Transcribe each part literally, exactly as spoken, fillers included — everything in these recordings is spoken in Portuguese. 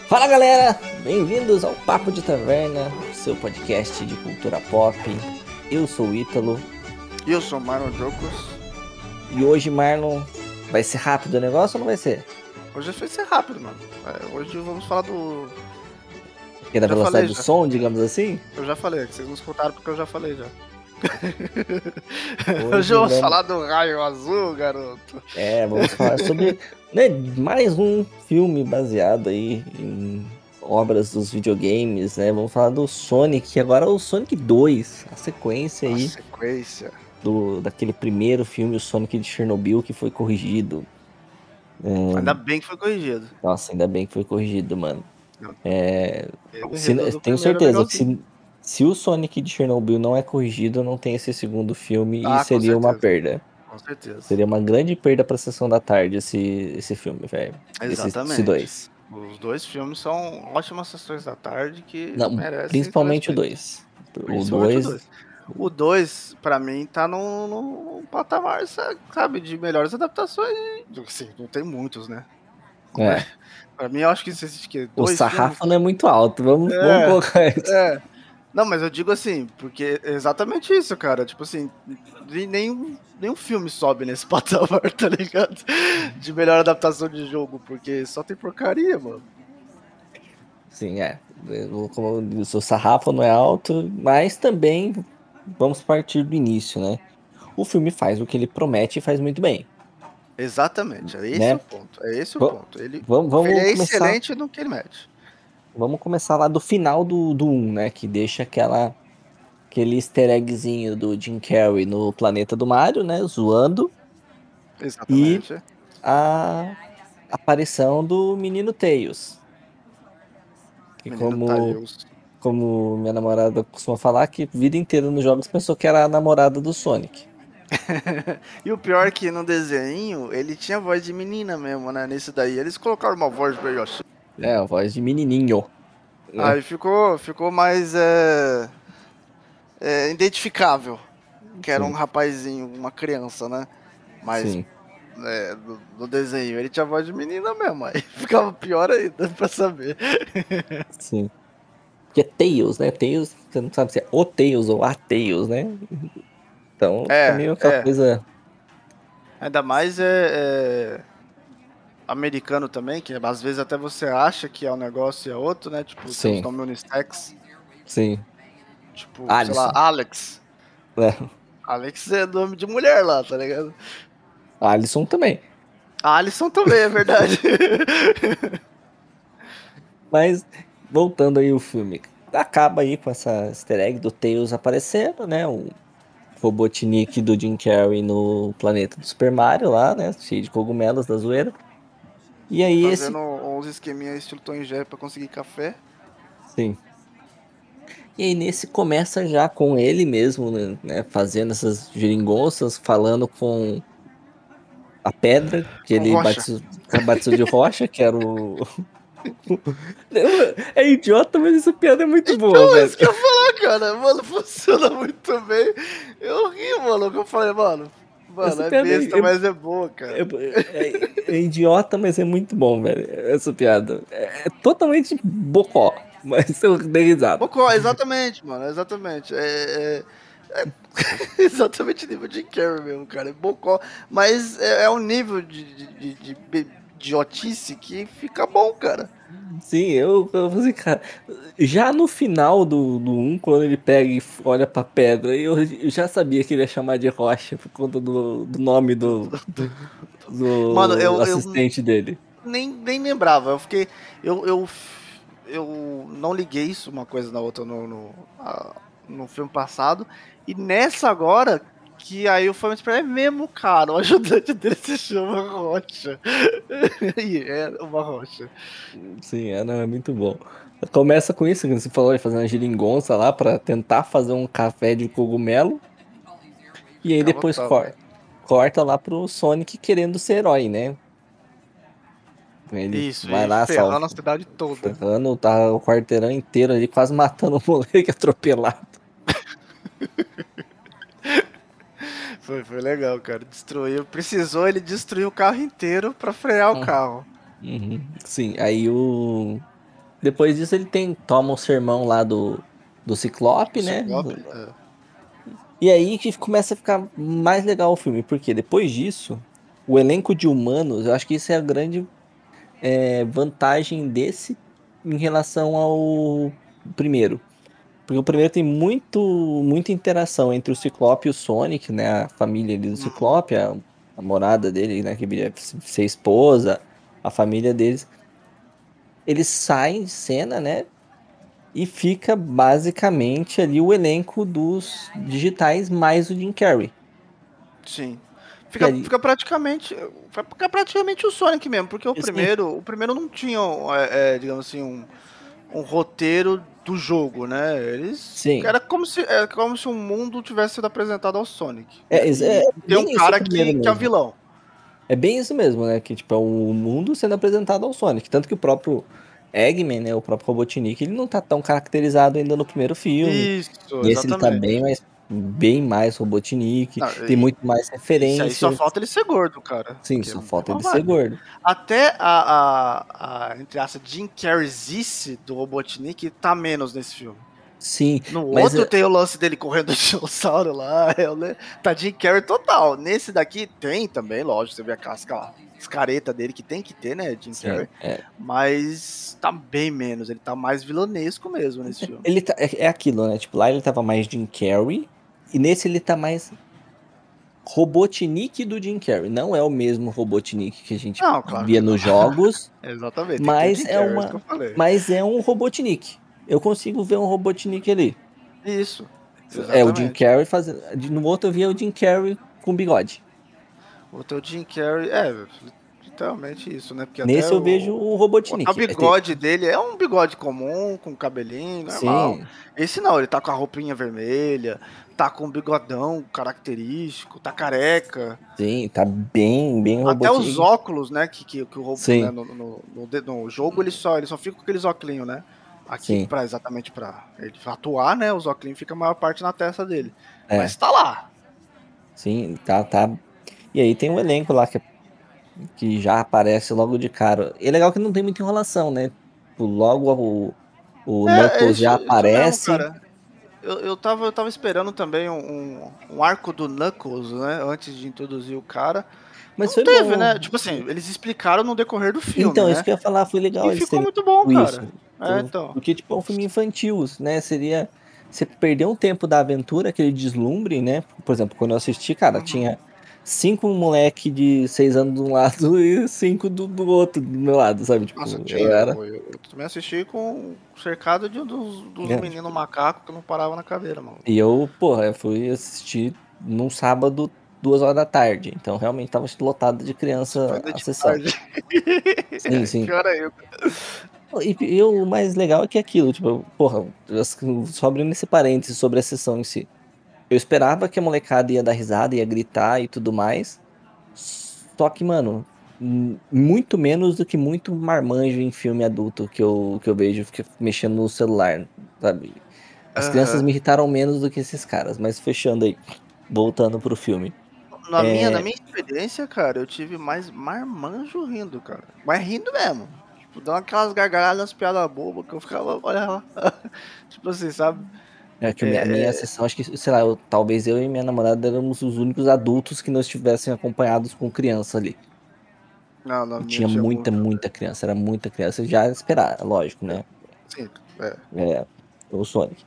Fala galera, bem-vindos ao Papo de Taverna, seu podcast de cultura pop. Eu sou o Ítalo. E eu sou o Marlon Jocos. E hoje, Marlon, vai ser rápido o negócio ou não vai ser? Hoje vai ser rápido, mano. É, hoje vamos falar do... Que é da Já velocidade falei, do já. som, digamos assim? Eu já falei, que vocês não escutaram porque eu já falei já. Hoje Hoje vamos vamos- falar do Raio Azul, garoto. É, vamos falar sobre né, mais um filme baseado aí em obras dos videogames, né? Vamos falar do Sonic, agora o Sonic dois, a sequência A aí sequência. do, daquele primeiro filme, o Sonic de Chernobyl, que foi corrigido. Ainda bem que foi corrigido. Nossa, ainda bem que foi corrigido, mano. É, O se- enredo do tenho primeiro é certeza que legalzinho. se, se o Sonic de Chernobyl não é corrigido, não tem esse segundo filme e Ah, com seria uma certeza. perda. Com certeza. Seria uma grande perda pra sessão da tarde esse, esse filme, velho. Esse, esse Exatamente. dois. Os dois filmes são ótimas sessões da tarde que Não, merecem principalmente o todo respeito. dois. O Principalmente o dois. dois. O dois, pra mim, tá num, num patamar, sabe, de melhores adaptações. Sim, não tem muitos, né? É, Pra mim, eu acho que se existe que o dois filmes. sarrafo não é muito alto. Vamos, vamos É, colocar isso. é. Não, mas eu digo assim, porque é exatamente isso, cara. Tipo assim, nem- nenhum, nenhum filme sobe nesse patamar, tá ligado? De melhor adaptação de jogo, porque só tem porcaria, mano. Sim, é. Eu- Como eu disse, o sarrafo não é alto, mas também vamos partir do início, né? O filme faz o que ele promete e faz muito bem, Exatamente, é esse né? o ponto. É esse o Va- ponto. Ele, Vamos, ele vamos é começar, excelente no que ele mete. vamos começar lá do final do, do um, né? Que deixa aquela, aquele easter eggzinho do Jim Carrey no planeta do Mario, né? Zoando. E Exatamente. a aparição do menino Tails. Que Menino como, Tails. como minha namorada costuma falar, que a vida inteira nos jogos pensou que era a namorada do Sonic. E o pior é que no desenho ele tinha voz de menina mesmo, né? Nesse daí. Eles colocaram uma voz meio assim. É, a voz de menininho, né? Aí ficou, ficou mais é, é, identificável. Que era um Sim, rapazinho, uma criança, né? Mas sim, é, do, do desenho ele tinha voz de menina mesmo. Aí ficava pior ainda pra saber. sim. Porque é Tails, né? Tails, você não sabe se é o Tails ou a Tails, né? Então fica É, meio aquela é. coisa. Ainda mais é, é americano também, que às vezes até você acha que é um negócio e é outro, né? Tipo, tem uns Sim, nomes unissex. sim. Tipo, sei lá, Alisson. Alex. Né? Alex é nome de mulher lá, tá ligado? Alisson também. Alisson também, é verdade. Mas, voltando aí o filme. Acaba aí com essa easter egg do Tails aparecendo, né? O Robotnik do Jim Carrey no planeta do Super Mario lá, né? Cheio de cogumelos da zoeira. E aí esse. Fazendo uns esqueminha estilo Tom e Jerry pra conseguir café. Sim. E aí nesse começa já com ele mesmo, né? né, Fazendo essas geringonças, falando com a pedra, que Com ele rocha. batizou, batizou de rocha, que era o. É idiota, mas essa piada é muito boa, Então, é velho. isso que eu ia falar, cara. Mano, funciona muito bem. Eu ri, mano, que eu falei, mano. Mano, Essa é piada é, besta, mas é boa, é, cara. é- é idiota, mas é muito bom, velho. Essa piada. É, é totalmente bocó, mas eu dei risada. Bocó, exatamente, mano, exatamente. É, é- é exatamente nível de Carrey mesmo, cara. É bocó. Mas é, é um nível de, de, de, de be- idiotice que fica bom, cara. Sim, eu, eu falei, cara, já no final do, do um, quando ele pega e olha pra pedra, eu, eu já sabia que ele ia chamar de rocha por conta do, do nome Do- do, do- do- Mano, do eu, eu assistente dele. nem, nem lembrava. Eu fiquei. Eu, eu, eu não liguei isso uma coisa na outra no, no, a- no filme passado. E nessa agora, que aí o fã é mesmo, cara. O ajudante dele se chama Rocha. E é uma rocha. Sim, é, não, é muito bom. Começa com isso, que você falou de fazer uma geringonça lá pra tentar fazer um café de cogumelo. E aí Ficava depois top. cor- corta lá pro Sonic querendo ser herói, né? Ele Isso, vai e lá, salva, ferrando a cidade toda. ferrando, tá o quarteirão inteiro ali, quase matando o moleque atropelado. Foi, foi legal, cara. Destruiu. Precisou ele destruir o carro inteiro pra frear o carro. Uhum. Sim, aí o Depois disso ele tem, toma um sermão lá do, do O Ciclope, né? Ciclope, é. E aí que começa a ficar mais legal o filme, porque depois disso, o elenco de humanos, eu acho que isso é a grande é, vantagem desse em relação ao primeiro. Porque o primeiro tem muito, muita interação entre o Ciclope e o Sonic, né? A família ali do Uhum. Ciclope, a, a morada dele, né? Que viria a ser esposa, a família deles. Eles saem de cena, né? E fica basicamente ali o elenco dos digitais mais o Jim Carrey. Sim. Que Fica, ali, fica praticamente. Fica praticamente o Sonic mesmo, porque o assim, primeiro. O primeiro não tinha, é, é, digamos assim, um, um roteiro do jogo, né? Eles. sim. Era como se, é como se um mundo tivesse sido apresentado ao Sonic, É, né? ex- é E, e tem um bem isso o cara primeiro que, que é o mesmo. vilão. É bem isso mesmo, né? Que tipo, é o mundo sendo apresentado ao Sonic. Tanto que o próprio Eggman, né? O próprio Robotnik, ele não tá tão caracterizado ainda no primeiro filme. Isso, Nesse ele tá bem exatamente. mais, bem mais Robotnik. Não, Tem e, muito mais isso aí só referências. falta ele ser gordo, cara. Sim, Porque só não tem falta uma ele ser vibe. gordo. Até a, a, a entre aspas, Jim Carreyzice do Robotnik tá menos nesse filme. Sim, No mas outro é, tem o lance dele correndo do dinossauro lá, é o le- tá Jim Carrey total. Nesse daqui tem também, lógico, você vê a casca, as caretas dele que tem que ter, né, Jim sim, Carrey, é. mas tá bem menos, ele tá mais vilanesco mesmo nesse filme. Ele tá, é, é aquilo, né? Tipo, lá ele tava mais Jim Carrey. E nesse ele tá mais Robotnik do Jim Carrey. Não é o mesmo Robotnik que a gente Não, claro via que não. nos jogos, Exatamente, tem que ter o mas Jim é Carrey, é isso que uma, eu falei. mas é um Robotnik. Eu consigo ver um Robotnik ali. Isso, É o Jim exatamente. Carrey fazendo. No outro eu via o Jim Carrey com bigode. O teu Jim Carrey, é, literalmente isso, né? Porque até Nesse eu vejo o, o o Robotnik. É, tem- bigode dele é um bigode comum, com cabelinho, normal. sim, Esse não, ele tá com a roupinha vermelha, tá com um bigodão característico, tá careca. sim, tá bem, bem Até os Robotnik. óculos, né, que, que, que o robô, né, Sim, no, no, no, de- no jogo ele só, ele só fica com aqueles óculos, né? Aqui, sim. pra, exatamente pra ele atuar, né, os óculos ficam a maior parte na testa dele. É, Mas tá lá. sim, tá, tá. E aí tem um elenco lá que, que já aparece logo de cara. E é legal que não tem muita enrolação, né? Tipo, logo o, o É, é Knuckles isso, já isso mesmo, aparece. cara. Eu, eu, tava, eu tava esperando também um, um, um arco do Knuckles, né? Antes de introduzir o cara. Mas Não foi teve, bom. né? Tipo assim, eles explicaram no decorrer do filme, Então, isso né? que eu ia falar, foi legal E eles ficou terem muito bom, feito cara. isso. É, Por- então. Porque, tipo, é um filme infantil, né? Seria. Você perdeu um tempo da aventura, aquele deslumbre, né? Por exemplo, quando eu assisti, cara, Uhum. tinha cinco moleque de seis anos de um lado e cinco do, do outro, do meu lado, sabe? Nossa, Tipo, tinha. eu era. Eu, eu, eu também assisti com cercado de, dos, dos É, meninos tipo, macacos que não paravam na cadeira, mano. e eu, porra, eu fui assistir num sábado, duas horas da tarde. Então, realmente tava lotado de Você foi criança ainda a de sessão. tarde. Sim, sim. Pior ainda. E, e o mais legal é que é aquilo, tipo, porra, só abrindo esse parênteses sobre a sessão em si. Eu esperava que a molecada ia dar risada, ia gritar e tudo mais. Só que, mano, m- muito menos do que muito marmanjo em filme adulto que eu, que eu vejo fica mexendo no celular, sabe? As crianças Aham. me irritaram menos do que esses caras, mas fechando aí, voltando pro filme. Na minha, na É, minha experiência, cara, eu tive mais marmanjo rindo, cara. Mas rindo mesmo. Tipo, dando aquelas gargalhadas, umas piadas bobas que eu ficava, olha lá. Tipo assim, sabe? é que a minha, a minha É, sessão, acho que, sei lá, eu- talvez eu e minha namorada éramos os únicos adultos que não estivessem acompanhados com criança ali. não, na E minha tinha tinha muita, muito. muita criança, era muita criança, já era esperar, lógico, né? Sim, é. É, o Sonic.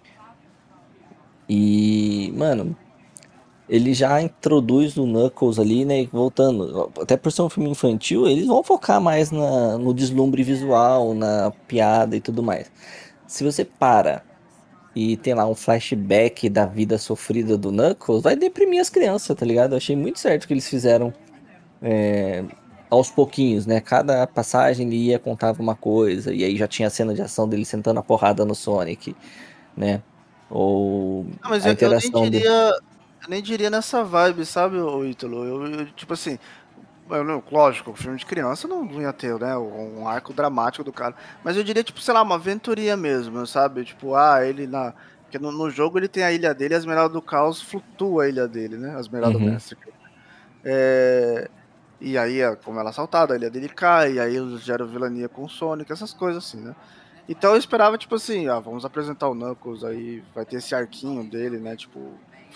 E, mano, ele já introduz o Knuckles ali, né? Voltando, até por ser um filme infantil, eles vão focar mais na, no deslumbre visual, na piada e tudo mais. Se você para e tem lá um flashback da vida sofrida do Knuckles, vai deprimir as crianças, tá ligado? Eu achei muito certo que eles fizeram é, aos pouquinhos, né? Cada passagem ele ia contava uma coisa, e aí já tinha a cena de ação dele sentando a porrada no Sonic, né? Ou Ah, mas a eu, eu nem interação do. diria. Eu nem diria nessa vibe, sabe, ô Ítalo? Eu, eu, tipo assim, eu não- lógico, filme de criança não ia ter, né, um arco dramático do cara. Mas eu diria, tipo, sei lá, uma aventuria mesmo, sabe? Tipo, ah, ele na. Porque no, no jogo ele tem a ilha dele e a Esmeralda do Caos flutua a ilha dele, né? A Esmeralda do Uhum. Mestre. É, e aí, é, como ela é assaltada, a ilha dele cai, e aí gera vilania com o Sonic, essas coisas assim, né? Então eu esperava, tipo assim, ah, vamos apresentar o Knuckles, aí vai ter esse arquinho dele, né? Tipo,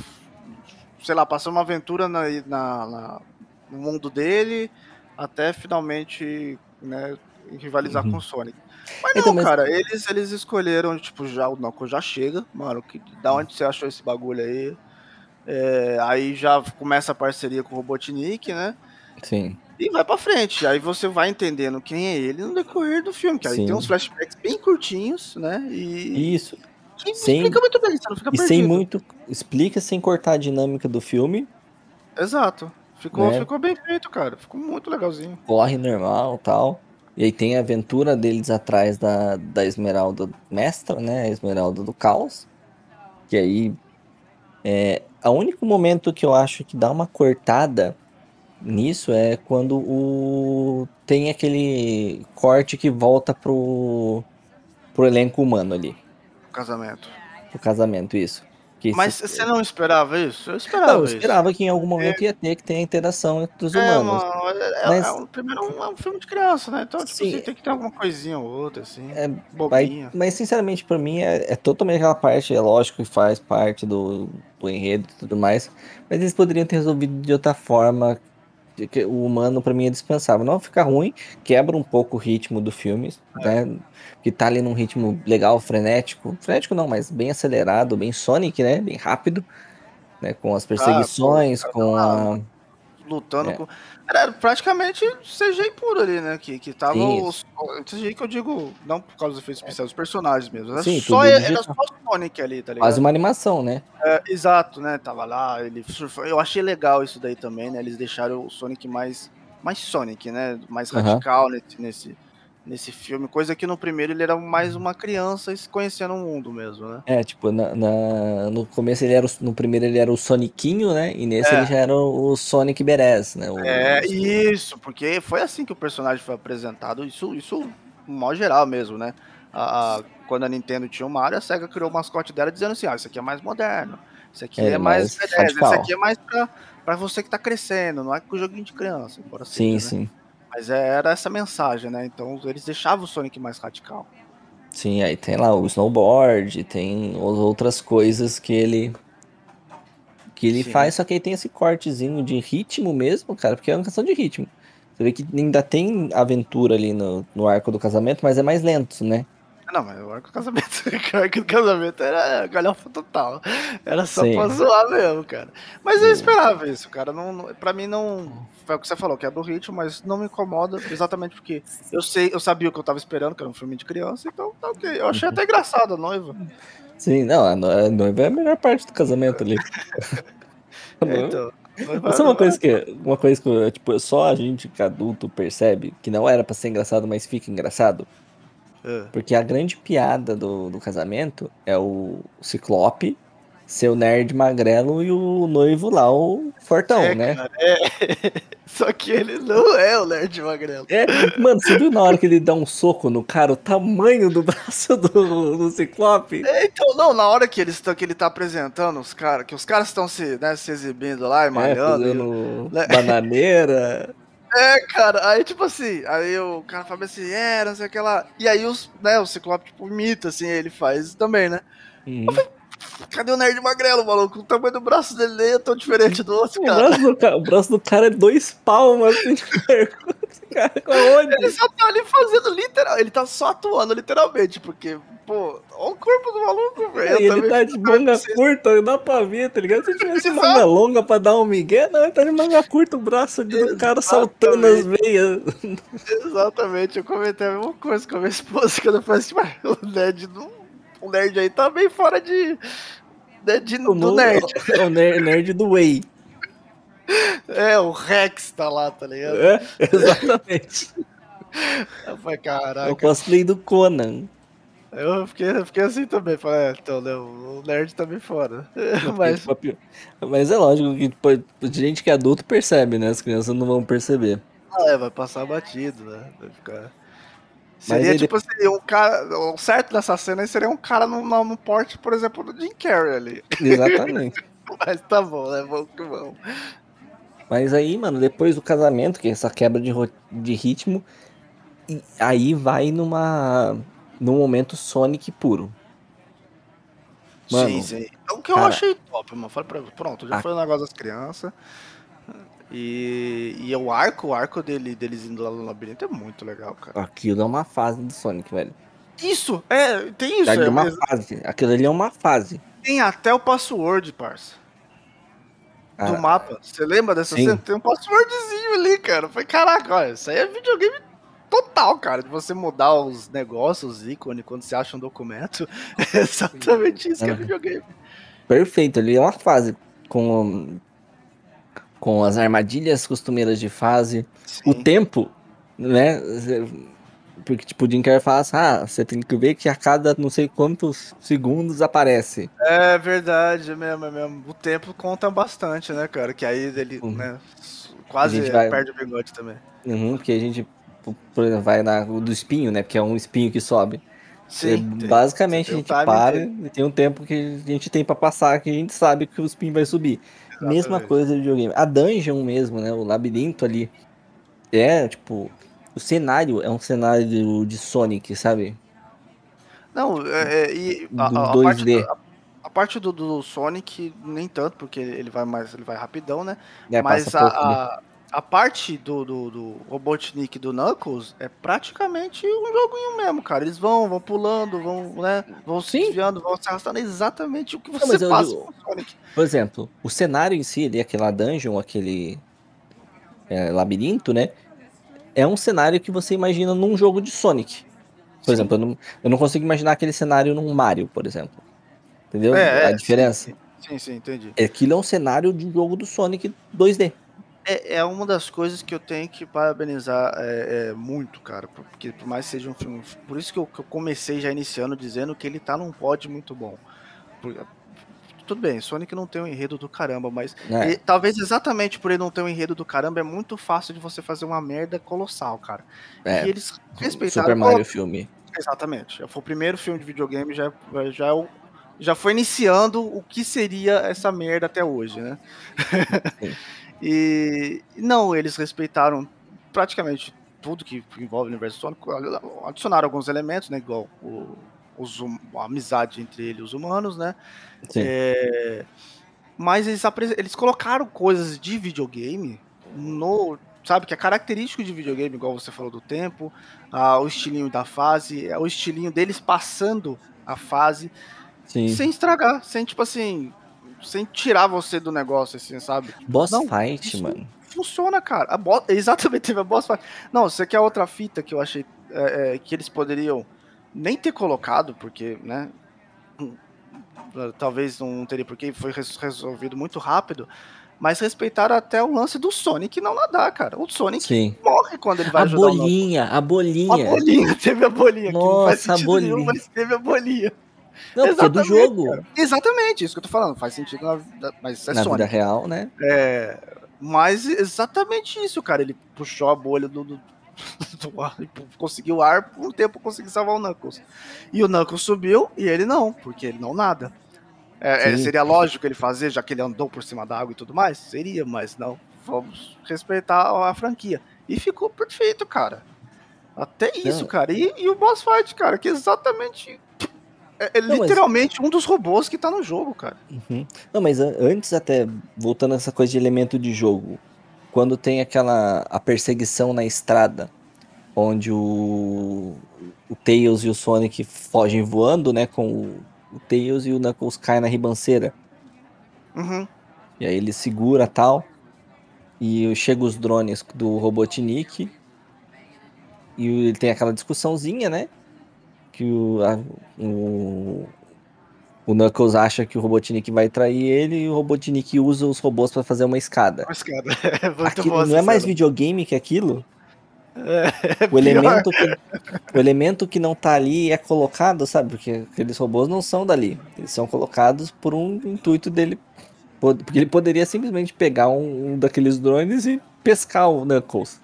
sei lá, passar uma aventura na, na, na- no mundo dele até finalmente, né, rivalizar com o Uhum. Sonic. Mas Então, não, mas cara, eles, eles escolheram, tipo, já o Knuckles já chega, mano, que, da onde você achou esse bagulho aí? É, aí já começa a parceria com o Robotnik, né? sim, E vai pra frente. Aí você vai entendendo quem é ele no decorrer do filme, que aí tem uns sim. flashbacks bem curtinhos, né? E Isso. que explica Sem, muito bem, você não fica e sem perdido. muito. Explica sem cortar a dinâmica do filme, Exato. Ficou, né? ficou bem feito, cara. Ficou muito legalzinho. Corre normal tal. E aí tem a aventura deles atrás da, da Esmeralda Mestra, né? A Esmeralda do Caos. Que aí é o único momento que eu acho que dá uma cortada nisso é quando o tem aquele corte que volta pro, pro elenco humano ali, O casamento. pro casamento, isso. Que isso, Mas você não esperava isso? Eu não, eu esperava isso. esperava que em algum Porque momento ia ter que ter a interação entre os é humanos. uma. É, é Mas um, primeiro é um, é um filme de criança, né? Então, tipo sim, assim, tem que ter alguma coisinha ou outra, assim. é, vai, Bobinha. mas sinceramente pra mim é, é totalmente aquela parte, é lógico que faz parte do, do enredo e tudo mais, mas eles poderiam ter resolvido de outra forma. De que o humano pra mim é dispensável. Não fica ruim, quebra um pouco o ritmo do filme, né? Que tá ali num ritmo legal, frenético. Frenético não, mas bem acelerado, bem Sonic, né? Bem rápido, né? Com as Cara, pô, o perseguições, cara tá com lá a. lutando É, com. Era praticamente C G I puro ali, né? Que, que tava sim, os. C G I que eu digo, não por causa dos efeitos especiais, os personagens mesmo. Era sim, só, tudo era só digital. o Sonic ali, tá Quase ligado? uma animação, né? É, exato, né? Tava lá, ele surfa... Eu achei legal isso daí também, né? Eles deixaram o Sonic mais, mais Sonic, né? Mais Aham. radical nesse, nesse, nesse filme. Coisa que no primeiro ele era mais uma criança se conhecendo o mundo mesmo, né? É, tipo, na, na- no começo ele era o, no primeiro ele era o Soniquinho, né? E nesse ele É, já era o, o Sonic Badass, né? O, é isso, porque foi assim que o personagem foi apresentado. Isso, isso, no modo geral mesmo, né? A, a- quando a Nintendo tinha o Mario, a SEGA criou o mascote dela dizendo assim: ah, isso aqui é mais moderno, isso aqui ele é é mais mais B dez, esse radical. aqui é mais pra, pra você que tá crescendo, não é com joguinho de criança, embora Sim, seja, né? sim. Mas é- era essa mensagem, né? Então eles deixavam o Sonic mais radical. Sim, aí tem lá o snowboard, tem ou- outras coisas que ele que ele Sim. faz, só que aí tem esse cortezinho de ritmo mesmo, cara, porque é uma questão de ritmo. Você vê que ainda tem aventura ali no, no arco do casamento, mas é mais lento, né? Não, mas o arco do casamento, o arco do casamento era galhofa total. Era só pra Sim. zoar mesmo, cara. Mas eu O- esperava isso, cara. Não, não, pra mim não. Foi o que você falou, que é do ritmo, mas não me incomoda, exatamente porque eu sei, eu sabia o que eu tava esperando, que era um filme de criança, então tá ok. Eu achei até engraçado a noiva. Sim, não, a no- a noiva é a melhor parte do casamento ali. A É, noiva- então. A Mas noiva, a sabe uma noiva coisa que, uma coisa que, tipo, só a gente que é adulto percebe que não era pra ser engraçado, mas fica engraçado? é. Porque a grande piada do, do casamento é o Ciclope ser o nerd magrelo e o noivo lá, o fortão, É, né? cara, é. Só que ele não é o Nerd Magrelo. É, mano, você viu na hora que ele dá um soco no cara, o tamanho do braço do, do Ciclope? É, então, não, na hora que, eles tão, que ele tá apresentando os caras, que os caras estão se, né, se exibindo lá e É, malhando, e, fazendo né? bananeira. É, cara, aí tipo assim, aí o cara fala assim, é, não sei o que lá. E aí os, né, o Ciclope, tipo, imita, assim, ele faz também, né? Uhum. Cadê o Nerd Magrelo, maluco? O tamanho do braço dele nem é tão diferente do outro, O cara. braço do, ca- o braço do cara é dois palmas, assim, de largura. Esse cara, Ele aonde? só tá ali fazendo literal, ele tá só atuando literalmente, porque, pô, olha o corpo do maluco, velho. E Eu ele também tá fico de doido pra manga vocês. curta, dá pra ver, tá ligado? Se tivesse manga Exato, longa pra dar um migué, não, ele tá de manga curta, o braço ali do cara saltando as exatamente. veias. Exatamente, eu comentei a mesma coisa com a minha esposa quando eu falei assim, "Mas o nerd, não, o nerd aí tá bem fora de, né, de- O do novo, nerd. é o ner- nerd do Whey. É, o Rex tá lá, tá ligado? É, exatamente. Eu falei, É o caraca. cosplay do Conan. Eu fiquei, eu fiquei assim também, falei, é, então, né, o nerd tá bem fora. Não, porque, Mas, tipo, a pi- mas é lógico que tipo, gente que é adulto percebe, né? As crianças não vão perceber. ah, é, vai passar batido, né? Vai ficar. Mas Seria aí tipo depois. assim, um cara. O certo nessa cena aí seria um cara no, no, no porte, por exemplo, do Jim Carrey ali. Exatamente. Mas tá bom, né? Vamos que vamos. Mas aí, mano, depois do casamento, que é essa quebra de, ro- de ritmo, e aí vai numa. no momento Sonic puro. Sim, Mano, sim. É o que eu cara, achei top, mano. Falei pra, pronto, já a- foi o negócio das crianças. E, e o arco, o arco dele, deles indo lá no labirinto é muito legal, cara. aquilo é uma fase do Sonic, velho. Isso, é, tem isso. Ali É, é uma é- fase. Aquilo ali é uma fase. tem até o password, parça. Do Ah, mapa. Você lembra dessa cena? sim. Tem um passwordzinho ali, cara. Foi caraca, olha, isso aí é videogame total, cara. De você mudar os negócios, os ícones, quando você acha um documento. É exatamente isso que é Ah, videogame. perfeito, ali é uma fase. Com, com as armadilhas costumeiras de fase. O Sim. tempo, né? Porque, tipo, o Jim Carrey fala assim, ah, você tem que ver que a cada não sei quantos segundos aparece. É verdade, é mesmo, é mesmo. O tempo conta bastante, né, cara? Que aí ele, Uhum. né, A gente quase vai. perde o bigode também. Uhum, porque a gente, por por exemplo, vai na o do espinho, né? Porque é um espinho que sobe. É, Sim, tem. Você basicamente tem a o gente timing para dele. e tem um tempo que a gente tem pra passar, que a gente sabe que o espinho vai subir. Mesma Exatamente. coisa do videogame. A dungeon mesmo, né? O labirinto ali. É, tipo, o cenário é um cenário de Sonic, sabe? Não, é, é, e Do a, a- a parte, do, dois D. a, a parte do, do Sonic, nem tanto, porque ele vai mais, ele vai rapidão, né? É, passa Mas a, pouco ali. a, a parte do, do, do Robotnik e do Knuckles é praticamente um joguinho mesmo, cara. Eles vão, vão pulando, vão, né? Vão se Sim. desviando, vão se arrastando. É exatamente o que Não, você mas eu passa digo, com o Sonic. por exemplo, o cenário em si, ali, aquela dungeon, aquele é, labirinto, né? É um cenário que você imagina num jogo de Sonic. Por Sim. exemplo, eu não, eu não consigo imaginar aquele cenário num Mario, por exemplo. Entendeu? É, A é, sim, diferença? sim. Sim, sim, entendi. Aquilo é um cenário de um jogo do Sonic dois D. É, é uma das coisas que eu tenho que parabenizar é, é, muito, cara, porque por mais que seja um filme. Por isso que eu, que eu comecei já iniciando dizendo que ele tá num pod muito bom. Por- tudo bem, Sonic não tem um enredo do caramba, mas e, Né? talvez exatamente por ele não ter um enredo do caramba, é muito fácil de você fazer uma merda colossal, cara. E É, eles o respeitaram Super e Mario colocaram. filme. Exatamente. Já foi o primeiro filme de videogame, já, já, é o- já foi iniciando o que seria essa merda até hoje, né? Sim, E não, eles respeitaram praticamente tudo que envolve o universo Sonic, adicionaram alguns elementos, né, igual o, os hum- a amizade entre ele e os humanos, né? sim. É, mas eles, apre- eles colocaram coisas de videogame no, sabe, que é característico de videogame, igual você falou do tempo, ah, o estilinho da fase, é o estilinho deles passando a fase Sim. sem estragar, sem tipo assim, sem tirar você do negócio, assim, sabe? Tipo, Boss não, fight, isso mano. funciona, cara. A boss, exatamente, teve a boss fight. Não, você quer outra fita que eu achei é, é, que eles poderiam nem ter colocado, porque, né? hum, Talvez não teria porque foi res- resolvido muito rápido, mas respeitaram até o lance do Sonic não nadar, cara. O Sonic Sim. morre quando ele vai A ajudar o Knuckles. bolinha, a A bolinha. bolinha, teve a bolinha, que não faz Nossa, a sentido nenhum, bolinha. mas teve a bolinha. Não, porque é do Exatamente, cara. jogo. Exatamente, isso que eu tô falando. Faz sentido, na vida, mas é Na vida Sonic. real, né? É, mas exatamente isso, cara. Ele puxou a bolha do, do, do ar e conseguiu ar por um tempo, conseguiu salvar o Knuckles. E o Knuckles subiu e ele não, porque ele não nada. É, é, Sim. seria lógico ele fazer, já que ele andou por cima da água e tudo mais? Seria, mas não. Vamos respeitar a franquia. E ficou perfeito, cara. Até isso, Não, cara. E, e o boss fight, cara, que é exatamente. É, é não, mas. literalmente um dos robôs que tá no jogo, cara. Uhum. Não, mas an- antes até, voltando a essa coisa de elemento de jogo, quando tem aquela a perseguição na estrada, onde o, o Tails e o Sonic fogem voando, né, com o, o Tails e o Knuckles caem na ribanceira, Uhum. e aí ele segura tal, e chega os drones do Robotnik, e ele tem aquela discussãozinha, né, que o, a- o, o Knuckles acha que o Robotnik vai trair ele, e o Robotnik usa os robôs para fazer uma escada. Mas, cara, é muito Aquilo boa não essa é mais cena. videogame que aquilo? É, é O pior. elemento que, o elemento que não tá ali é colocado, sabe? Porque aqueles robôs não são dali. Eles são colocados por um intuito dele. pod- Porque ele poderia simplesmente pegar um, um daqueles drones e pescar o Knuckles.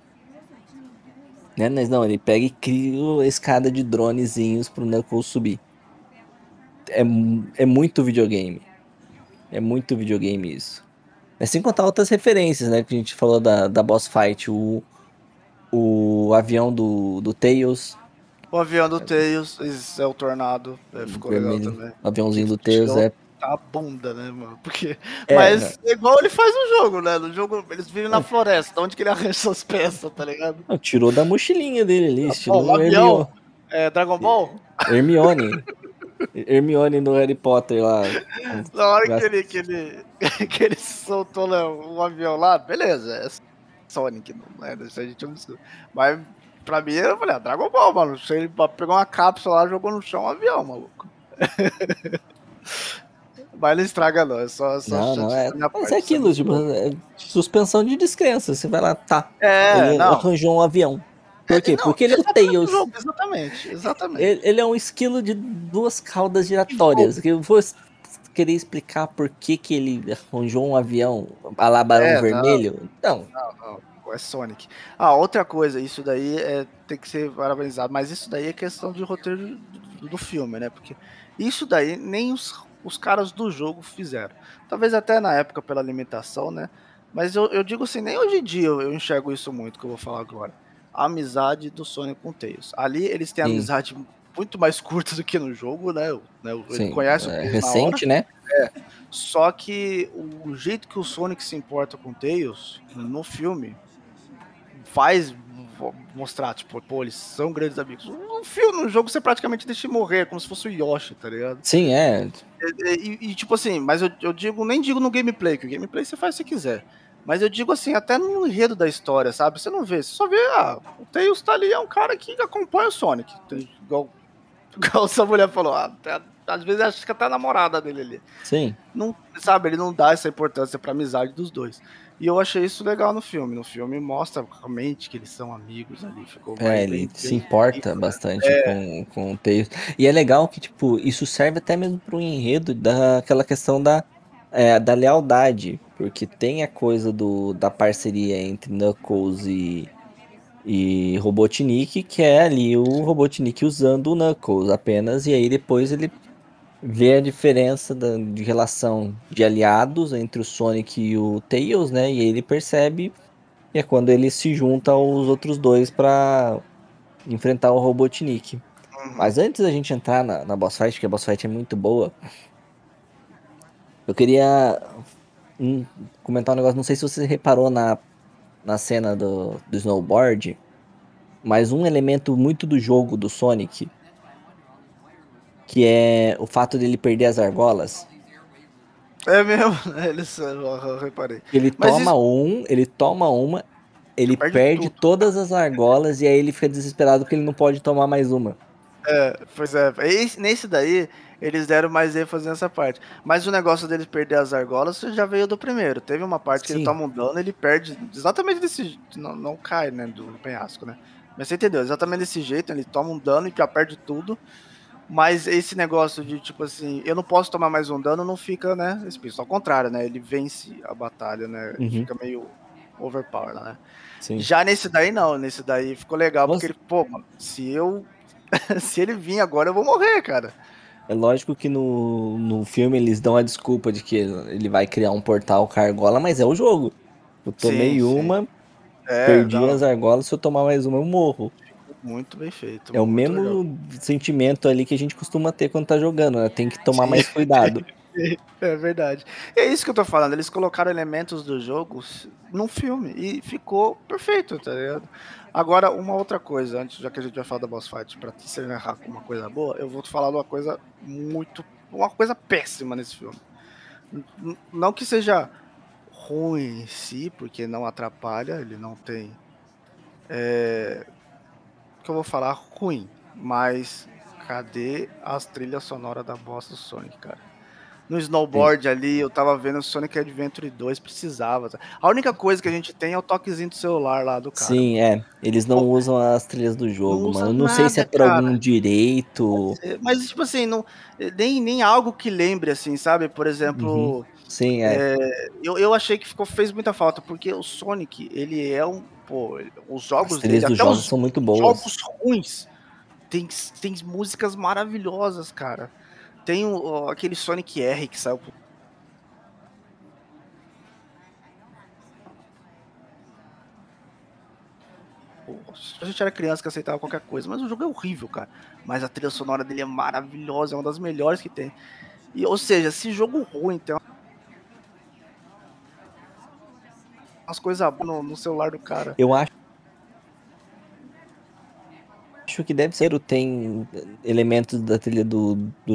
Né? Mas não, ele pega e cria a escada de dronezinhos pro Knuckles subir. É, mu- é muito videogame. É muito videogame isso. É sem contar outras referências, né? Que a gente falou da, da boss fight. O, o avião do, do Tails. O avião do Tails, esse é o Tornado, é, ficou legal Vermelho. também. O Que aviãozinho do Tails tirou é. a bunda, né, mano? Porque... É, Mas é igual ele faz no jogo, né? No jogo eles vivem na não, floresta, onde que ele arranja essas peças, tá ligado? não, tirou da mochilinha dele ali, Pô, um estilo avião, Hermione. é, Dragon Ball, Hermione. Hermione no Harry Potter lá. Com na hora que gás- ele, que ele, que ele soltou né, um avião lá, beleza, é Sonic, não é? Isso a gente não discute. Mas pra mim, eu falei, ah, Dragon Ball, mano. Ele pegou uma cápsula lá, jogou no chão um avião, maluco. Mas não estraga não, é só, só Não, não, chatice é. da minha Mas é parte, isso é aquilo, muito tipo, louco. é suspensão de descrença. Você vai lá, tá. É, Ele não. arranjou um avião. Por É, quê? não, Porque ele é o exatamente o Tails. jogo, exatamente, Ele, exatamente. ele é um esquilo de duas caudas Que jogo? giratórias. Que eu vou es- querer explicar por que, que ele arranjou um avião a lá Barão É, não, Vermelho? Não. não, não, é Sonic. Ah, outra coisa, isso daí é, tem que ser parabenizado, mas isso daí é questão de roteiro do, do filme, né? Porque isso daí nem os, os caras do jogo fizeram. Talvez até na época pela limitação, né? Mas eu, eu digo assim, nem hoje em dia eu, eu enxergo isso muito, que eu vou falar agora. A amizade do Sonic com o Tails. Ali eles têm Sim, amizade muito mais curta do que no jogo, né? O- né, Ele sim. conhece o É Tails na hora. recente, né? Só que o jeito que o Sonic se importa com o Tails no filme faz mostrar, tipo, pô, eles são grandes amigos. No filme, no jogo, você praticamente deixa ele morrer, como se fosse o Yoshi, tá ligado? Sim, é. E, e- e, tipo assim, mas eu, eu digo, nem digo no gameplay, que o gameplay você faz se quiser. Mas eu digo assim, até no enredo da história, sabe? Você não vê, você só vê, ah, o Tails tá ali, é um cara que acompanha o Sonic. Tem- Igual, igual essa mulher falou, ah, até- às vezes acho que até a namorada dele ali. Sim. Não, sabe, ele não dá essa importância pra amizade dos dois. E eu achei isso legal no filme. No filme mostra realmente que eles são amigos ali, ficou É, bem, ele bem, se bem importa feito, né? bastante É, com, com o Tails. E é legal que, tipo, isso serve até mesmo para o enredo daquela questão da, é, da lealdade. Porque tem a coisa do, da parceria entre Knuckles e, e Robotnik, que é ali o Robotnik usando o Knuckles apenas, e aí depois ele vê a diferença da, de relação de aliados entre o Sonic e o Tails, né? E aí ele percebe, e é quando ele se junta aos outros dois para enfrentar o Robotnik. uhum. Mas antes da gente entrar na, na boss fight, que a boss fight é muito boa, eu queria hum, comentar um negócio. Não sei se você reparou na, na cena do, do snowboard, mas um elemento muito do jogo do Sonic, que é o fato dele perder as argolas. É mesmo, né? Eles, eu, eu reparei. Ele Mas toma isso um, ele toma uma, ele perde perde tudo. todas as argolas e aí ele fica desesperado porque ele não pode tomar mais uma. É, pois é. Esse- nesse daí, eles deram mais ênfase nessa parte. Mas o negócio deles perder as argolas já veio do primeiro. Teve uma parte que ele Sim. toma um dano, ele perde exatamente desse jeito. Não, não cai, né, do penhasco, né? Mas você entendeu? Exatamente desse jeito, ele toma um dano e já perde tudo. Mas esse negócio de, tipo assim, eu não posso tomar mais um dano, não fica, né, explícito. Ao contrário, né? Ele vence a batalha, né? E Uhum. fica meio overpower, né? Sim. Já nesse daí, não. Nesse daí ficou legal, porque Você- ele, pô, mano, se eu se ele vir agora, eu vou morrer, cara. É lógico que no, no filme eles dão a desculpa de que ele vai criar um portal com a argola, mas é o jogo. Eu Sim, tomei sim. uma, É, perdi não, as argolas, se eu tomar mais uma eu morro. muito bem feito, É o muito legal. mesmo sentimento ali que a gente costuma ter quando tá jogando, né? Tem que tomar Sim, mais cuidado. é verdade. E é isso que eu tô falando, eles colocaram elementos do jogo s- num filme e ficou perfeito, tá ligado? Agora, uma outra coisa, antes, já que a gente vai falar da boss fight, pra te encerrar com uma coisa boa, eu vou te falar de uma coisa muito, uma coisa péssima nesse filme. N- n- Não que seja ruim em si, porque não atrapalha, ele não tem, é, que eu vou falar ruim, mas cadê as trilhas sonoras da boss do Sonic, cara? No Sim, snowboard ali, eu tava vendo o Sonic Adventure dois, precisava. Tá? A única coisa que a gente tem é o toquezinho do celular lá do cara, sim, mano. é. Eles não Pô, usam as trilhas do não jogo, mano. usa Eu não sei se é nada, por cara. algum direito. É, mas, tipo assim, não, nem, nem algo que lembre, assim, sabe? Por Uhum. exemplo, Sim, é. é, eu, eu achei que ficou, fez muita falta, porque o Sonic, ele é um. Pô, os As jogos trilhas dele, dos até jogos os são muito boas. jogos ruins, tem, tem músicas maravilhosas, cara. Tem o, o- aquele Sonic R que saiu a gente era criança que aceitava qualquer coisa, mas o jogo é horrível, cara. Mas a trilha sonora dele é maravilhosa, é uma das melhores que tem. E, ou seja, se jogo ruim tem umas coisas boas no, no celular do cara. Eu acho acho que deve ser, tem elementos da trilha do, do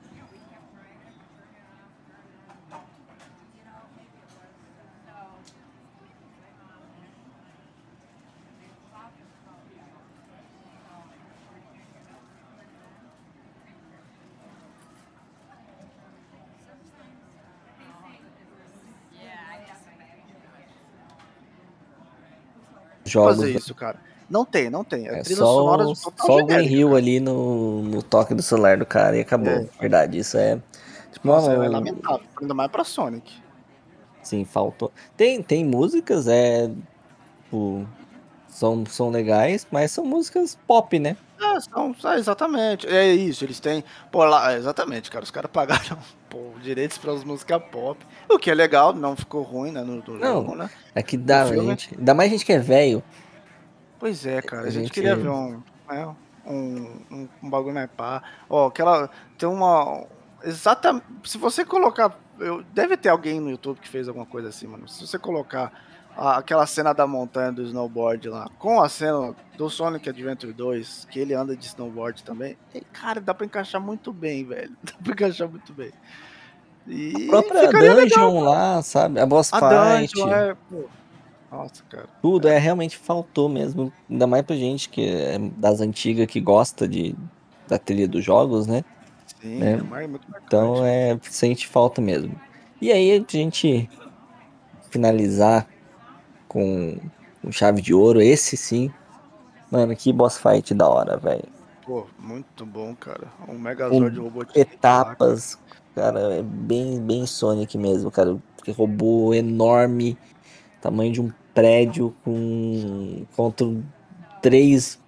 jogos. Fazer isso, cara. Não tem, não tem. É É trilha sonora só, de o- total só o Green genérica, Hill cara. ali no, no toque do celular do cara e acabou. É. Verdade, isso é. Tipo, Nossa, é não, lamentável, ainda mais pra Sonic. sim, faltou. Tem, tem músicas, é. Tipo, são, são legais, mas são músicas pop, né? É, são, é, exatamente. É isso, eles têm. Pô, lá, é, exatamente, cara. Os caras pagaram pô, direitos para as músicas pop. O que é legal, não ficou ruim, né, no, no Não, jogo, né? é que No dá, a filme. gente. Ainda mais gente que é velho. Pois é, cara. A A gente queria ver gente. um. Né, um, um, um bagulho mais pá. Ó, aquela. Tem uma. Exatamente. Se você colocar. Eu, deve ter alguém no YouTube que fez alguma coisa assim, mano. Se você colocar a- aquela cena da montanha do snowboard lá, com a cena do Sonic Adventure dois, que ele anda de snowboard também, e, cara, dá pra encaixar muito bem, velho. Dá pra encaixar muito bem. A E própria ficaria legal. dungeon lá, sabe? A boss A dungeon fight. é. Pô, nossa, cara. Tudo, É, é realmente faltou mesmo. Ainda mais pra gente que é das antigas que gosta de, da trilha dos jogos, né? sim, né? é mar- muito Então marcante, cara. é, sente falta mesmo. E aí, a gente finalizar com, com chave de ouro, esse sim. Mano, que boss fight da hora, velho. Pô, muito bom, cara. Um Megazord Com Robotnik lá, cara. etapas, cara, é bem, bem Sonic mesmo, cara. Que robô enorme, tamanho de um prédio com contra três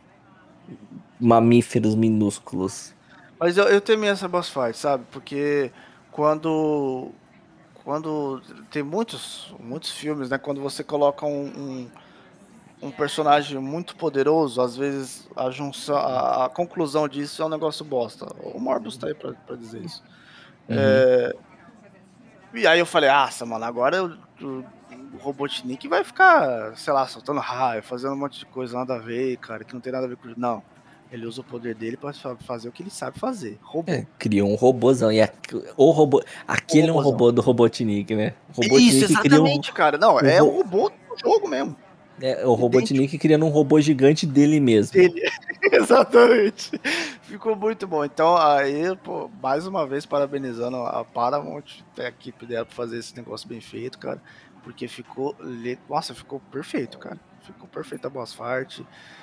mamíferos minúsculos. Mas eu, eu temia essa boss fight, sabe? Porque quando. Quando. Tem muitos, muitos filmes, né? Quando você coloca um, um, um personagem muito poderoso, às vezes a junção. A, a conclusão disso é um negócio bosta. O Morbius tá aí pra, pra dizer isso. Uhum. É, e aí eu falei, nossa, mano, agora o, o, o Robotnik vai ficar, sei lá, soltando raio, fazendo um monte de coisa nada a ver, cara, que não tem nada a ver com. Não. Ele usa o poder dele pra fa- fazer o que ele sabe fazer. É, Robô. criou um robôzão. E a- o robô. O Aquele é um robôzão. robô do Robotnik, né? O Isso, Robotnik cria um. exatamente, cara. Não, um é o ro- robô do jogo mesmo. é, o Idêntico Robotnik criando um robô gigante dele mesmo. dele. Exatamente. Ficou muito bom. Então, aí, pô, mais uma vez parabenizando a Paramount, a equipe dela pra fazer esse negócio bem feito, cara. Porque ficou. le- Nossa, ficou perfeito, cara. Ficou perfeita a boss fight.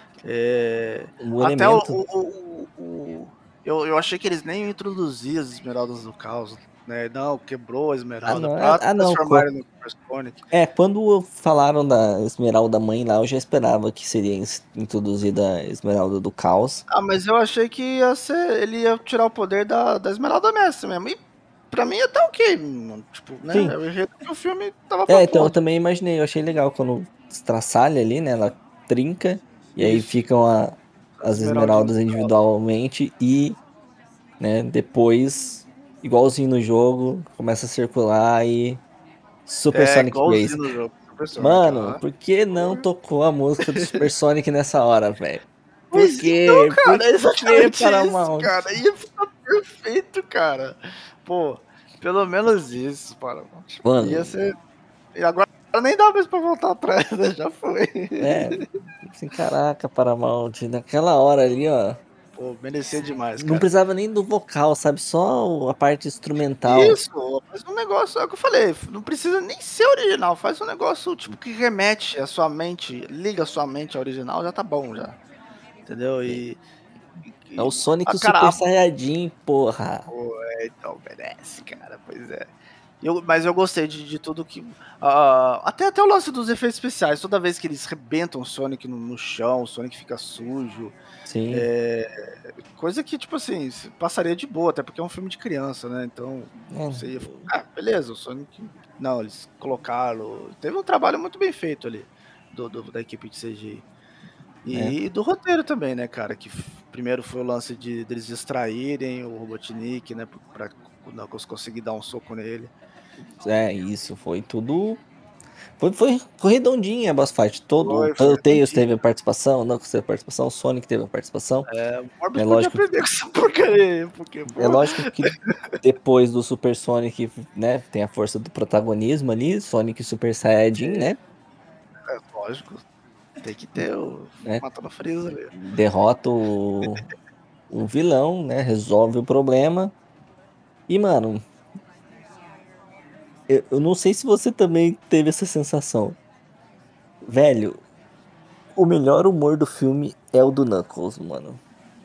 É, O Até o. elemento. o, o- o- Eu, eu achei que eles nem iam introduzir as esmeraldas do caos, né? Não, quebrou a Ah, esmeralda não. É- pra ah, não. co- transformar ele no Super Sonic. É, quando falaram da Esmeralda Mãe lá, eu já esperava que seria ins- introduzida a Esmeralda do Caos. Ah, mas eu achei que ia ser. Ele ia tirar o poder da, da Esmeralda Mestre mesmo. E pra mim é tá ok. Mano. Tipo, né? Sim. É o jeito que o filme tava É, então eu propondo. também imaginei. Eu achei legal quando estraçalha ali, né? Ela trinca. E aí Isso. ficam a- As as esmeraldinhas esmeraldas do caos. individualmente e né? Depois, igualzinho no jogo, começa a circular e Super É, Sonic igualzinho Race. no jogo. Super Sonic, Mano, aham. por que não Porra. tocou a música do Super Sonic nessa hora, velho? Por Pois então, quê? Por cara, é que exatamente isso, Paramount? cara. Ia ficar perfeito, cara. Pô, pelo menos isso, Paramount. Ia Mano, ser. E agora nem dá mais pra voltar atrás, né? Já foi. é, assim, caraca, Paramount, naquela hora ali, ó, Pô, merecia demais, não cara. precisava nem do vocal, sabe? Só a parte instrumental. Isso, faz um negócio, é o que eu falei, não precisa nem ser original, faz um negócio tipo que remete a sua mente, liga a sua mente ao original, já tá bom já, entendeu? E, É o e a Sonic cara, Super a- Saiyajin, porra. pô, é, então merece, cara, pois é. Eu, mas eu gostei de, de tudo que. ah, até, até o lance dos efeitos especiais. Toda vez que eles rebentam o Sonic no, no chão, o Sonic fica sujo. Sim, É, coisa que, tipo assim, passaria de boa, até porque é um filme de criança, né? Então, você ia. é, Ah, beleza, o Sonic. Não, eles colocaram. Teve um trabalho muito bem feito ali do, do- da equipe de C G I. né? E do roteiro também, né, cara, que f primeiro foi o lance de deles distraírem o Robotnik, né, pra o Knuckles conseguir dar um soco nele. É, isso, foi tudo foi foi foi redondinho a boss fight, todo Foi, o foi Tails redondinho. teve a participação, o Knuckles teve a participação, o Sonic teve a participação. É, o Morbius É podia lógico aprender com essa porcaria aí, porque, é pô. lógico que depois do Super Sonic, né, tem a força do protagonismo ali, Sonic Super Saiyajin, Sim, né, é lógico, tem que ter o né, matando o Freeza ali. derrota o o vilão, né, resolve o problema. E mano, eu eu não sei se você também teve essa sensação. Velho, o melhor humor do filme é o do Knuckles, mano.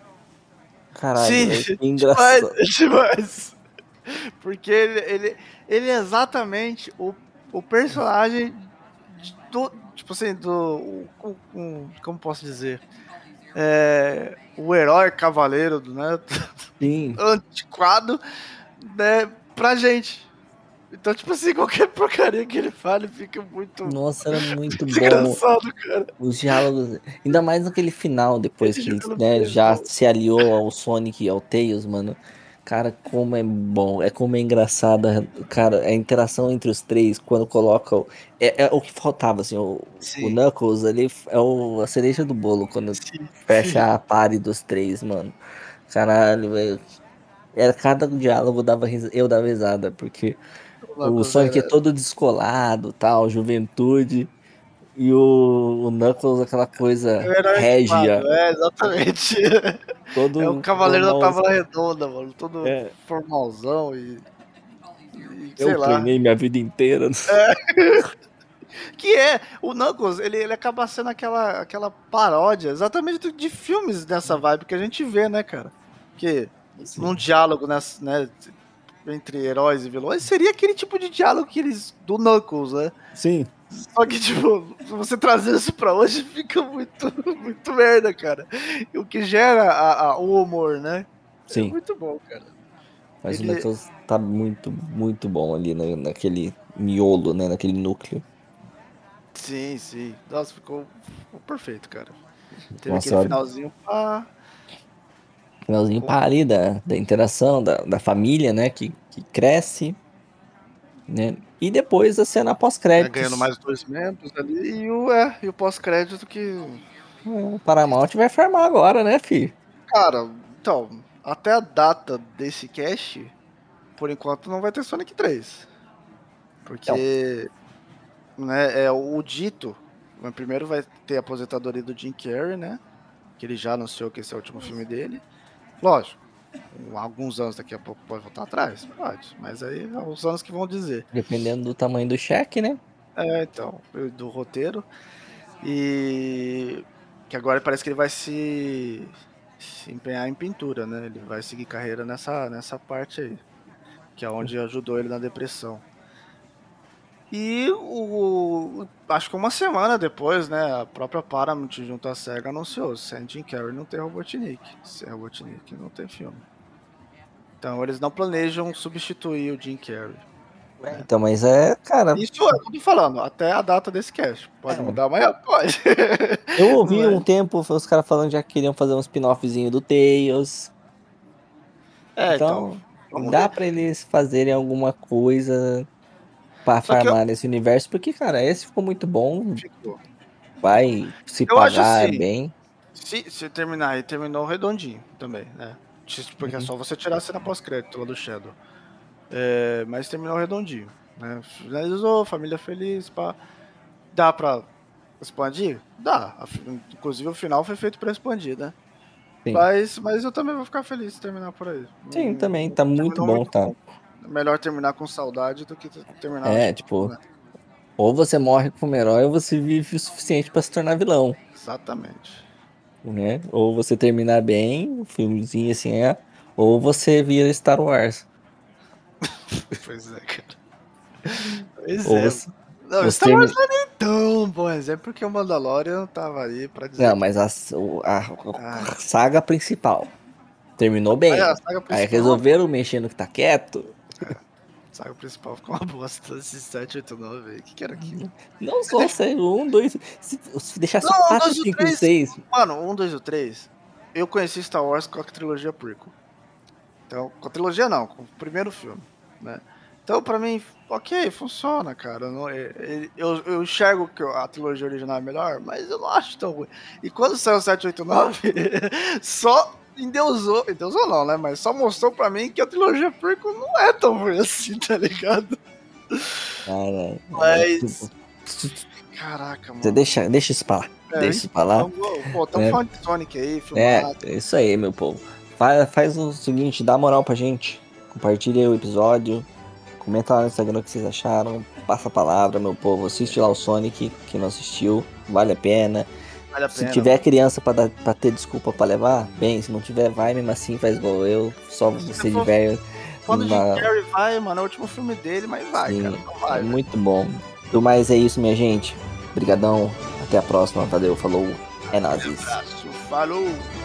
Sim, Caralho, é demais, engraçado. demais. Porque ele ele ele é exatamente o o personagem de do tipo assim, do o o como posso dizer? Eh, o herói cavaleiro do né, Sim. antiquado, né, pra gente. Então, tipo assim, qualquer porcaria que ele fale fica muito Nossa, era muito muito bom. engraçado, cara. Os diálogos, ainda mais naquele final, depois Ele que ele, jogando né, já beisebol. se aliou ao Sonic e ao Tails, mano. Cara, como é bom, é como é engraçada, cara, a interação entre os três, quando coloca o é é o que faltava, assim, o o Sim, Knuckles ali é o a cereja do bolo, quando sim, sim. fecha a party dos três, mano. Caralho, velho, era cada diálogo dava risa eu dava risada, porque O o Knuckles Sonic é era todo descolado, tal, juventude. E o, o Knuckles, aquela coisa ele era régia, antiquado, é, exatamente. É o todo cavaleiro da formal. Távola Redonda, mano, todo É, formalzão e e eu sei lá. treinei minha vida inteira. É. Que é, o Knuckles, ele ele acaba sendo aquela aquela paródia exatamente do de filmes dessa vibe que a gente vê, né, cara. Que num Sim. diálogo ness né, entre heróis e vilões, seria aquele tipo de diálogo que eles do Knuckles, né. Sim, Só que, tipo, se você trazer isso pra hoje, fica muito muito merda, cara. E o que gera a a o humor, né. É sim. muito bom, cara. Mas o Ele Knuckles tá muito, muito bom ali na, naquele miolo, né? Naquele núcleo. sim, sim. Nossa, ficou ficou perfeito, cara. Teve Nossa, aquele eu- finalzinho, pá, finalzinho com pá ali da, da interação, da, da família, né? Que, que cresce, né? E depois a cena né, ganhando pós-créditos. mais dois membros ali, e o é, e o pós-crédito que O Paramount vai farmar agora, né, fi? cara, então, até a data desse cast, por enquanto não vai ter Sonic três, Então, porque, né, é o dito, mas primeiro vai ter a aposentadoria do Jim Carrey, né, que ele já anunciou que esse é o último filme dele. Lógico, com alguns anos daqui a pouco pode voltar atrás? Pode, mas aí é os anos que vão dizer. dependendo do tamanho do cheque, né? É, então, do roteiro. E que agora parece que ele vai se se empenhar em pintura, né, ele vai seguir carreira nessa nessa parte aí, que é onde ajudou ele na depressão. E o acho que uma semana depois, né, a própria Paramount junto à SEGA anunciou: "Sem Jim Carrey não tem Robotnik, sem Robotnik não tem filme". Então eles não planejam substituir o Jim Carrey, É, né. então, mas é, cara, Isso é o que eu tô falando, até a data desse cast. Pode é. mudar amanhã? Pode. Eu ouvi um Mas tempo os caras falando que já queriam fazer um spin-offzinho do Tails. é, então, Então, vamos dá ver. pra eles fazerem alguma coisa pra Só que eu farmar nesse universo, porque, cara, esse ficou muito bom, ficou. vai se Eu acho pagar assim, bem. se se terminar e terminou redondinho também, né, X porque é Uhum. só você tirar a cena pós-crédito lá do Shadow. Eh, mas terminou redondinho, né, finalizou, família feliz, pá. Dá pra expandir? Dá, a fi inclusive o final foi feito pra expandir, né. Sim. Mas mas eu também vou ficar feliz se terminar por aí. Sim, Não também, não tá muito terminou bom, muito tá? bom. Melhor terminar com saudade do que te terminar, É, tipo, né. ou você morre como herói ou você vive o suficiente pra se tornar vilão, Exatamente. né? Ou você terminar bem, o filmezinho assim é, ou você vira Star Wars. Pois é, cara. Pois Ou é. você, Não, você Star Wars termina. não é nem tão bom exemplo, porque o Mandalorian estava aí pra dizer Não, que mas a, o- a, ah, a saga principal terminou mas a bem. saga Aí principal é uma resolveram bosta. mexer no que tá quieto. saga principal ficou uma bosta. Esse sete, oito, nove aí. O que, que era aquilo? Não só saiu um, dois. Se, se deixasse Não, um, quatro, dois, cinco, três. seis. Mano, um, dois e o três. Eu conheci Star Wars com a trilogia prequel. Então, com a trilogia não, com o primeiro filme, né? Então, pra mim, ok, funciona, cara. Eu, não, eu, eu enxergo que a trilogia original é melhor, mas eu não acho tão ruim. E quando saiu o sete, oito, nove, só endeusou, endeusou não, né? Mas só mostrou pra mim que a trilogia prequel não é tão ruim assim, tá ligado? Cara, Mas... tipo, Caraca, mano. você deixa, deixa isso pra lá. É, deixa isso pra lá. Então, pô, tamo É. falando de Sonic aí, É, filmado. é isso aí, meu povo. Faz, faz o seguinte, dá moral pra gente. Compartilha aí o episódio. Comenta lá no Instagram o que vocês acharam. Passa a palavra, meu povo. Assiste lá o Sonic, que não assistiu. Vale a pena. Vale a Se pena, tiver mano. criança pra, dar, pra ter desculpa pra levar, bem. Se não tiver, vai mesmo assim, faz igual eu. Só você de for- velho. Quando o Jim na- Carrey vai, mano, é o último filme dele, mas vai, Sim, cara. Então vai, é velho. muito bom. Do mais é isso, minha gente. Obrigadão. Até a próxima. Valeu, falou. É nóis. Abraço, falou!